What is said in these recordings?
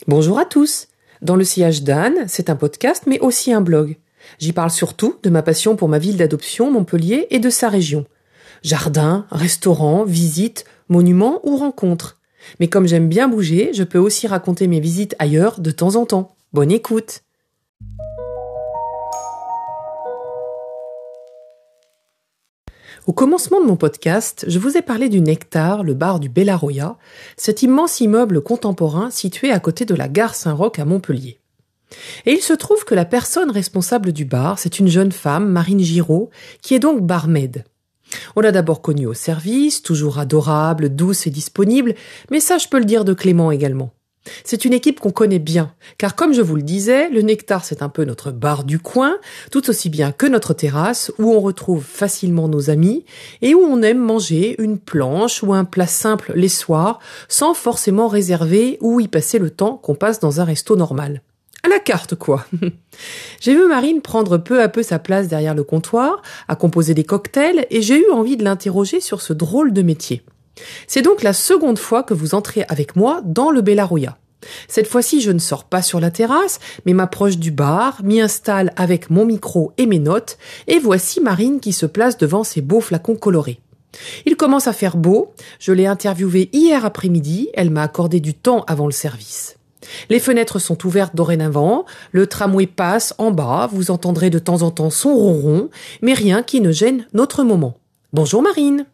Bonjour à tous. Dans le sillage d'Anne, c'est un podcast mais aussi un blog. J'y parle surtout de ma passion pour ma ville d'adoption, Montpellier, et de sa région. Jardins, restaurants, visites, monuments ou rencontres. Mais comme j'aime bien bouger, je peux aussi raconter mes visites ailleurs de temps en temps. Bonne écoute. Au commencement de mon podcast, je vous ai parlé du Nectar, le bar du Bellaroya, cet immense immeuble contemporain situé à côté de la gare Saint-Roch à Montpellier. Et il se trouve que la personne responsable du bar, c'est une jeune femme, Marine Giraud, qui est donc barmaid. On l'a d'abord connue au service, toujours adorable, douce et disponible, mais ça je peux le dire de Clément également. C'est une équipe qu'on connaît bien, car comme je vous le disais, le Nectar c'est un peu notre bar du coin, tout aussi bien que notre terrasse, où on retrouve facilement nos amis, et où on aime manger une planche ou un plat simple les soirs, sans forcément réserver ou y passer le temps qu'on passe dans un resto normal. À la carte, quoi. J'ai vu Marine prendre peu à peu sa place derrière le comptoir, à composer des cocktails, et j'ai eu envie de l'interroger sur ce drôle de métier. C'est donc la seconde fois que vous entrez avec moi dans le Bellaroya. Cette fois-ci, je ne sors pas sur la terrasse, mais m'approche du bar, m'y installe avec mon micro et mes notes, et voici Marine qui se place devant ses beaux flacons colorés. Il commence à faire beau, je l'ai interviewée hier après-midi, elle m'a accordé du temps avant le service. Les fenêtres sont ouvertes dorénavant, le tramway passe en bas, vous entendrez de temps en temps son ronron, mais rien qui ne gêne notre moment. Bonjour Marine.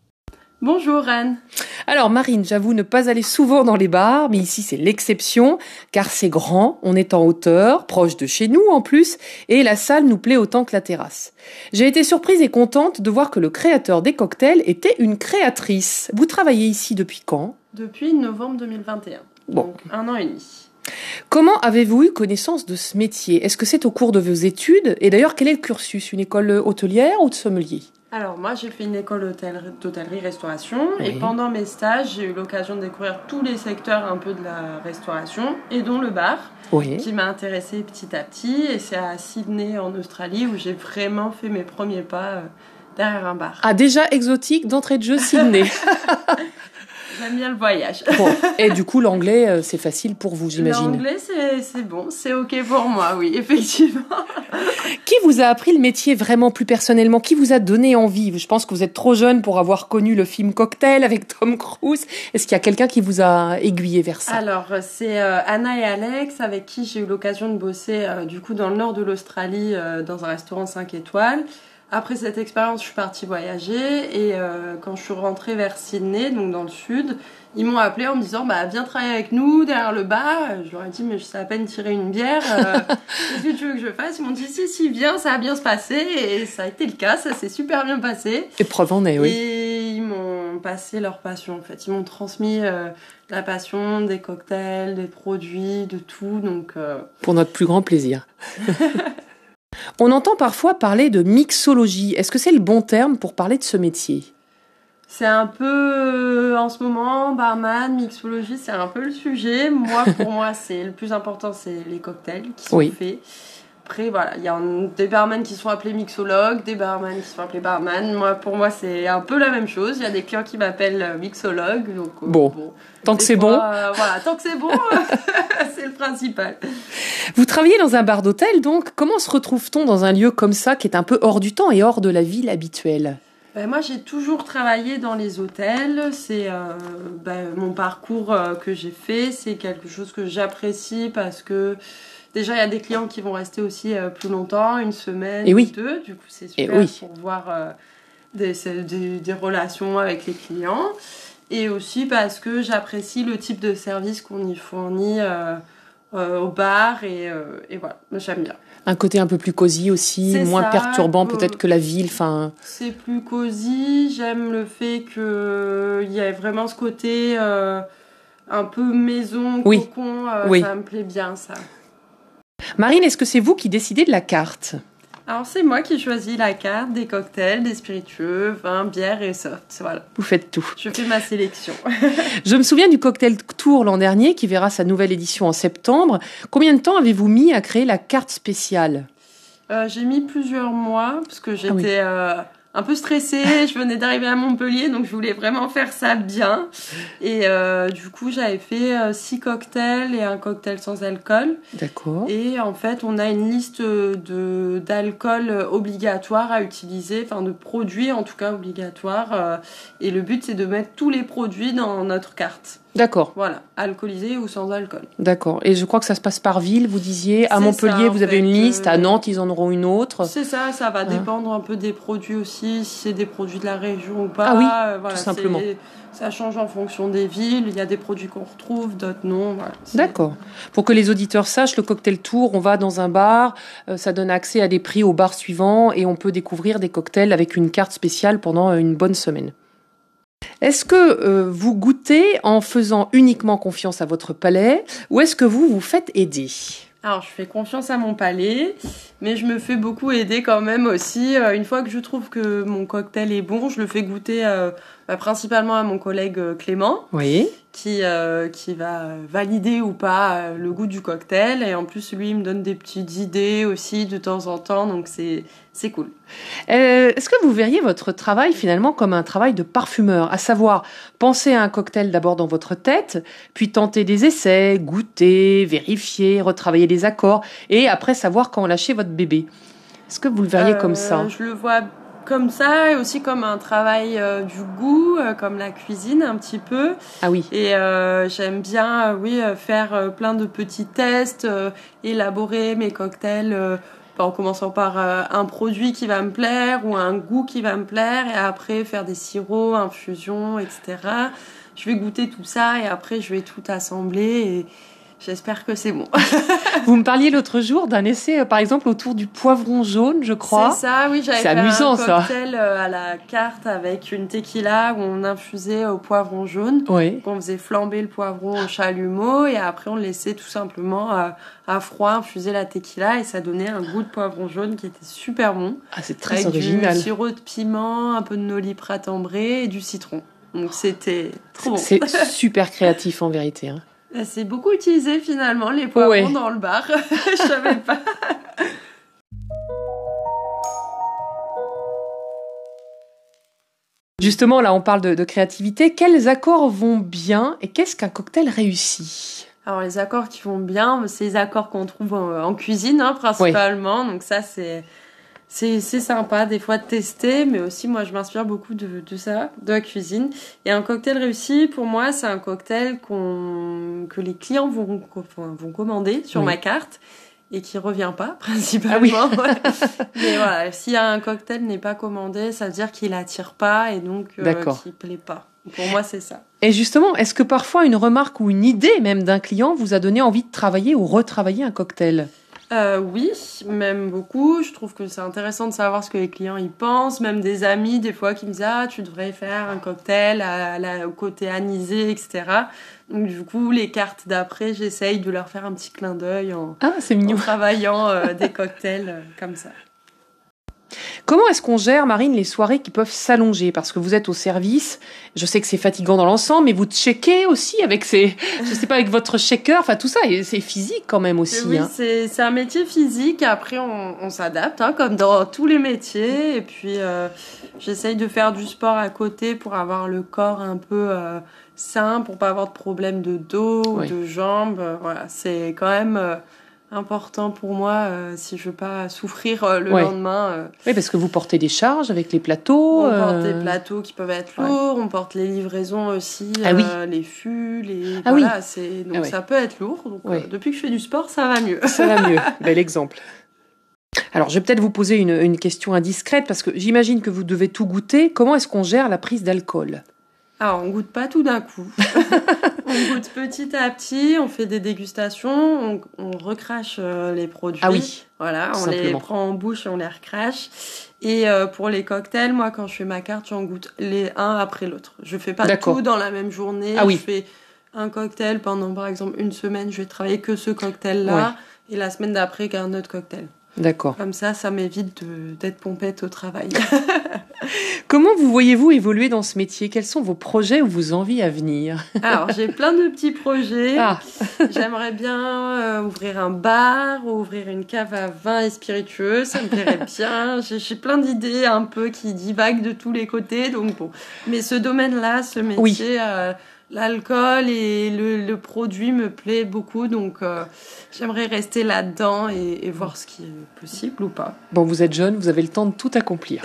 Bonjour Anne. Alors Marine, j'avoue ne pas aller souvent dans les bars, mais ici c'est l'exception, car c'est grand, on est en hauteur, proche de chez nous en plus, et la salle nous plaît autant que la terrasse. J'ai été surprise et contente de voir que le créateur des cocktails était une créatrice. Vous travaillez ici depuis quand ? Depuis novembre 2021, donc 1 an et demi. Comment avez-vous eu connaissance de ce métier ? Est-ce que c'est au cours de vos études ? Et d'ailleurs, quel est le cursus ? Une école hôtelière ou de sommelier ? Alors moi j'ai fait une école d'hôtellerie-restauration Oui. Et pendant mes stages j'ai eu l'occasion de découvrir tous les secteurs un peu de la restauration et dont le bar qui m'a intéressée petit à petit, et c'est à Sydney en Australie où j'ai vraiment fait mes premiers pas derrière un bar. Ah, déjà exotique d'entrée de jeu Sydney. J'aime bien le voyage. Bon. Et du coup l'anglais c'est facile pour vous, j'imagine. L'anglais c'est bon, c'est ok pour moi, oui, effectivement. Qui vous a appris le métier vraiment plus personnellement ? Qui vous a donné envie ? Je pense que vous êtes trop jeune pour avoir connu le film Cocktail avec Tom Cruise. Est-ce qu'il y a quelqu'un qui vous a aiguillé vers ça ? Alors, c'est Anna et Alex avec qui j'ai eu l'occasion de bosser du coup dans le nord de l'Australie dans un restaurant 5 étoiles. Après cette expérience, je suis partie voyager et quand je suis rentrée vers Sydney, donc dans le sud, ils m'ont appelé en me disant viens travailler avec nous derrière le bar. Je leur ai dit mais je sais à peine tirer une bière, qu'est-ce que tu veux que je fasse ? Ils m'ont dit si viens, ça va bien se passer, et ça a été le cas, ça s'est super bien passé. Et preuve en est, oui. Et ils m'ont passé leur passion en fait, ils m'ont transmis la passion des cocktails, des produits, de tout, donc pour notre plus grand plaisir. On entend parfois parler de mixologie. Est-ce que c'est le bon terme pour parler de ce métier ? C'est un peu, en ce moment, barman, mixologie, c'est un peu le sujet. Pour moi, c'est le plus important, c'est les cocktails qui sont faits. Après, voilà, il y a des barman qui sont appelés mixologues, des barman qui sont appelés barman. Pour moi, c'est un peu la même chose. Il y a des clients qui m'appellent mixologue. Donc, bon, tant que c'est bon. Voilà, tant que c'est bon, c'est le principal. Vous travaillez dans un bar d'hôtel, donc comment se retrouve-t-on dans un lieu comme ça qui est un peu hors du temps et hors de la ville habituelle ? Moi, j'ai toujours travaillé dans les hôtels. C'est mon parcours que j'ai fait. C'est quelque chose que j'apprécie parce que déjà, il y a des clients qui vont rester aussi plus longtemps, une semaine ou deux. Du coup, c'est super pour voir des relations avec les clients. Et aussi parce que j'apprécie le type de service qu'on y fournit au bar. Et voilà, j'aime bien. Un côté un peu plus cosy aussi, moins perturbant peut-être que la ville. C'est plus cosy. J'aime le fait qu'il y ait vraiment ce côté un peu maison, cocon. Ça me plaît bien, ça. Marine, est-ce que c'est vous qui décidez de la carte ? Alors, c'est moi qui choisis la carte des cocktails, des spiritueux, vin, bière et soft. Voilà. Vous faites tout. Je fais ma sélection. Je me souviens du Cocktail Tour l'an dernier, qui verra sa nouvelle édition en septembre. Combien de temps avez-vous mis à créer la carte spéciale ? J'ai mis plusieurs mois, parce que j'étais un peu stressée. Je venais d'arriver à Montpellier, donc je voulais vraiment faire ça bien. Et du coup, j'avais fait 6 cocktails et un cocktail sans alcool. D'accord. Et en fait, on a une liste d'alcool obligatoire à utiliser, enfin de produits en tout cas obligatoires. Et le but, c'est de mettre tous les produits dans notre carte. D'accord. Voilà, alcoolisé ou sans alcool. D'accord. Et je crois que ça se passe par ville, vous disiez. À Montpellier, vous avez une liste. À Nantes, ils en auront une autre. C'est ça, ça va dépendre un peu des produits aussi, si c'est des produits de la région ou pas. Ah oui, voilà, tout simplement. Ça change en fonction des villes. Il y a des produits qu'on retrouve, d'autres non. Voilà, d'accord. Pour que les auditeurs sachent, le cocktail tour, on va dans un bar, ça donne accès à des prix au bar suivant et on peut découvrir des cocktails avec une carte spéciale pendant une bonne semaine. Est-ce que vous goûtez en faisant uniquement confiance à votre palais ou est-ce que vous vous faites aider ? Alors, je fais confiance à mon palais, mais je me fais beaucoup aider quand même aussi. Une fois que je trouve que mon cocktail est bon, je le fais goûter principalement à mon collègue Clément, oui. qui va valider ou pas le goût du cocktail. Et en plus, lui, il me donne des petites idées aussi de temps en temps, donc c'est cool. Est-ce que vous verriez votre travail finalement comme un travail de parfumeur, à savoir penser à un cocktail d'abord dans votre tête, puis tenter des essais, goûter, vérifier, retravailler les accords, et après savoir quand lâcher votre bébé. Est-ce que vous le verriez comme ça ? Je le vois comme ça, et aussi comme un travail du goût, comme la cuisine un petit peu. Ah oui. Et j'aime bien, faire plein de petits tests, élaborer mes cocktails, en commençant par un produit qui va me plaire ou un goût qui va me plaire, et après faire des sirops, infusions, etc. Je vais goûter tout ça et après je vais tout assembler et j'espère que c'est bon. Vous me parliez l'autre jour d'un essai, par exemple, autour du poivron jaune, je crois. C'est ça, oui, j'avais fait amusant, un cocktail à la carte avec une tequila où on infusait au poivron jaune. Oui. On faisait flamber le poivron au chalumeau et après on le laissait tout simplement à froid infuser la tequila et ça donnait un goût de poivron jaune qui était super bon. Ah, c'est très avec original. Du sirop de piment, un peu de noliprat ambré et du citron. Donc c'était trop bon. C'est super créatif en vérité, hein. C'est beaucoup utilisé finalement, les poivrons dans le bar. Je savais pas. Justement, là, on parle de créativité. Quels accords vont bien et qu'est-ce qu'un cocktail réussi ? Alors, les accords qui vont bien, c'est les accords qu'on trouve en cuisine, principalement. Oui. Donc ça, c'est sympa des fois de tester, mais aussi moi je m'inspire beaucoup de ça, de la cuisine. Et un cocktail réussi, pour moi, c'est un cocktail que les clients vont commander sur ma carte et qui revient pas, principalement. Ah oui. Mais voilà, si un cocktail n'est pas commandé, ça veut dire qu'il attire pas et donc qu'il plaît pas. Pour moi, c'est ça. Et justement, est-ce que parfois une remarque ou une idée même d'un client vous a donné envie de travailler ou retravailler un cocktail ? Oui, même beaucoup. Je trouve que c'est intéressant de savoir ce que les clients y pensent. Même des amis, des fois, qui me disent « Ah, tu devrais faire un cocktail au côté anisé, etc. » Donc, du coup, les cartes d'après, j'essaye de leur faire un petit clin d'œil en travaillant des cocktails comme ça. Comment est-ce qu'on gère, Marine, les soirées qui peuvent s'allonger ? Parce que vous êtes au service, je sais que c'est fatigant dans l'ensemble, mais vous checkez aussi avec avec votre shaker, enfin tout ça, et c'est physique quand même aussi. Oui, c'est un métier physique, après on s'adapte, comme dans tous les métiers, et puis j'essaye de faire du sport à côté pour avoir le corps un peu sain, pour pas avoir de problème de dos ou de jambes, voilà, c'est quand même... important pour moi si je veux pas souffrir le lendemain. Oui, parce que vous portez des charges avec les plateaux. On porte des plateaux qui peuvent être lourds, on porte les livraisons aussi, les fûts, ça peut être lourd. Donc depuis que je fais du sport, ça va mieux. Ça va mieux, bel exemple. Alors, je vais peut-être vous poser une question indiscrète parce que j'imagine que vous devez tout goûter. Comment est-ce qu'on gère la prise d'alcool ? Alors, on goûte pas tout d'un coup. On goûte petit à petit, on fait des dégustations, on recrache les produits. Ah oui. Voilà, on les prend en bouche et on les recrache. Et pour les cocktails, moi, quand je fais ma carte, j'en goûte les un après l'autre. Je fais pas tout dans la même journée. Je fais un cocktail pendant, par exemple, une semaine, je vais travailler que ce cocktail-là. Et la semaine d'après, un autre cocktail. D'accord. Comme ça m'évite d'être pompette au travail. Comment vous voyez-vous évoluer dans ce métier? Quels sont vos projets ou vos envies à venir? Alors, j'ai plein de petits projets. Ah. J'aimerais bien ouvrir un bar, ouvrir une cave à vin et spiritueux. Ça me plairait bien. J'ai plein d'idées un peu qui divaguent de tous les côtés. Donc bon. Mais ce domaine-là, ce métier, l'alcool et le produit me plaît beaucoup. Donc, j'aimerais rester là-dedans et voir ce qui est possible ou pas. Bon, vous êtes jeune, vous avez le temps de tout accomplir.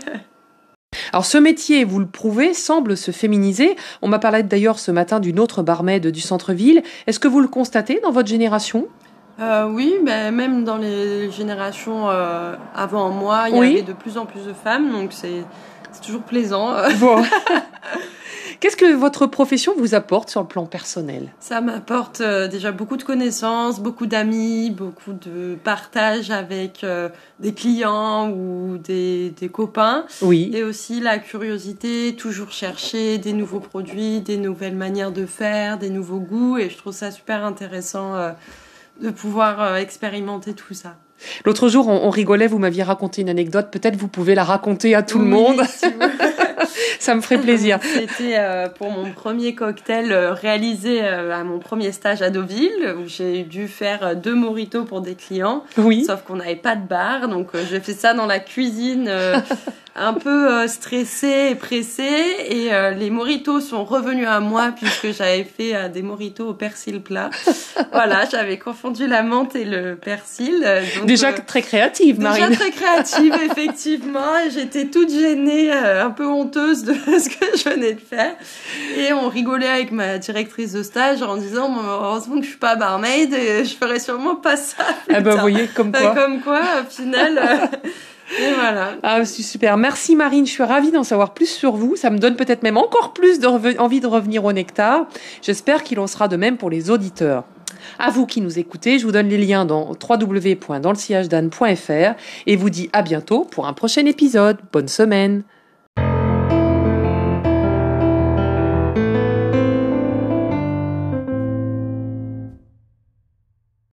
Alors ce métier, vous le prouvez, semble se féminiser. On m'a parlé d'ailleurs ce matin d'une autre barmaid du centre-ville. Est-ce que vous le constatez dans votre génération? Oui, mais même dans les générations avant moi, il y avait de plus en plus de femmes, donc c'est toujours plaisant. Bon. Qu'est-ce que votre profession vous apporte sur le plan personnel? Ça m'apporte déjà beaucoup de connaissances, beaucoup d'amis, beaucoup de partage avec des clients ou des copains. Oui. Et aussi la curiosité, toujours chercher des nouveaux produits, des nouvelles manières de faire, des nouveaux goûts. Et je trouve ça super intéressant de pouvoir expérimenter tout ça. L'autre jour, on rigolait, vous m'aviez raconté une anecdote. Peut-être vous pouvez la raconter à tout le monde. Si vous... Ça me ferait plaisir. C'était pour mon premier cocktail réalisé à mon premier stage à Deauville, où j'ai dû faire 2 mojitos pour des clients. Oui. Sauf qu'on n'avait pas de bar, donc j'ai fait ça dans la cuisine, un peu stressée et pressée. Et les mojitos sont revenus à moi puisque j'avais fait des mojitos au persil plat. Voilà, j'avais confondu la menthe et le persil. Donc, déjà très créative, Marine. Déjà très créative, effectivement. Et j'étais toute gênée, un peu honteuse de ce que je venais de faire. Et on rigolait avec ma directrice de stage en disant heureusement que je suis pas barmaid et je ferais sûrement pas ça. Ah ben, vous voyez, comme quoi. Comme quoi, au final... Et voilà. Ah, c'est super. Merci Marine, je suis ravie d'en savoir plus sur vous. Ça me donne peut-être même encore plus envie de revenir au Nectar. J'espère qu'il en sera de même pour les auditeurs. À vous qui nous écoutez, je vous donne les liens dans www.danslesiègedanne.fr et vous dis à bientôt pour un prochain épisode. Bonne semaine.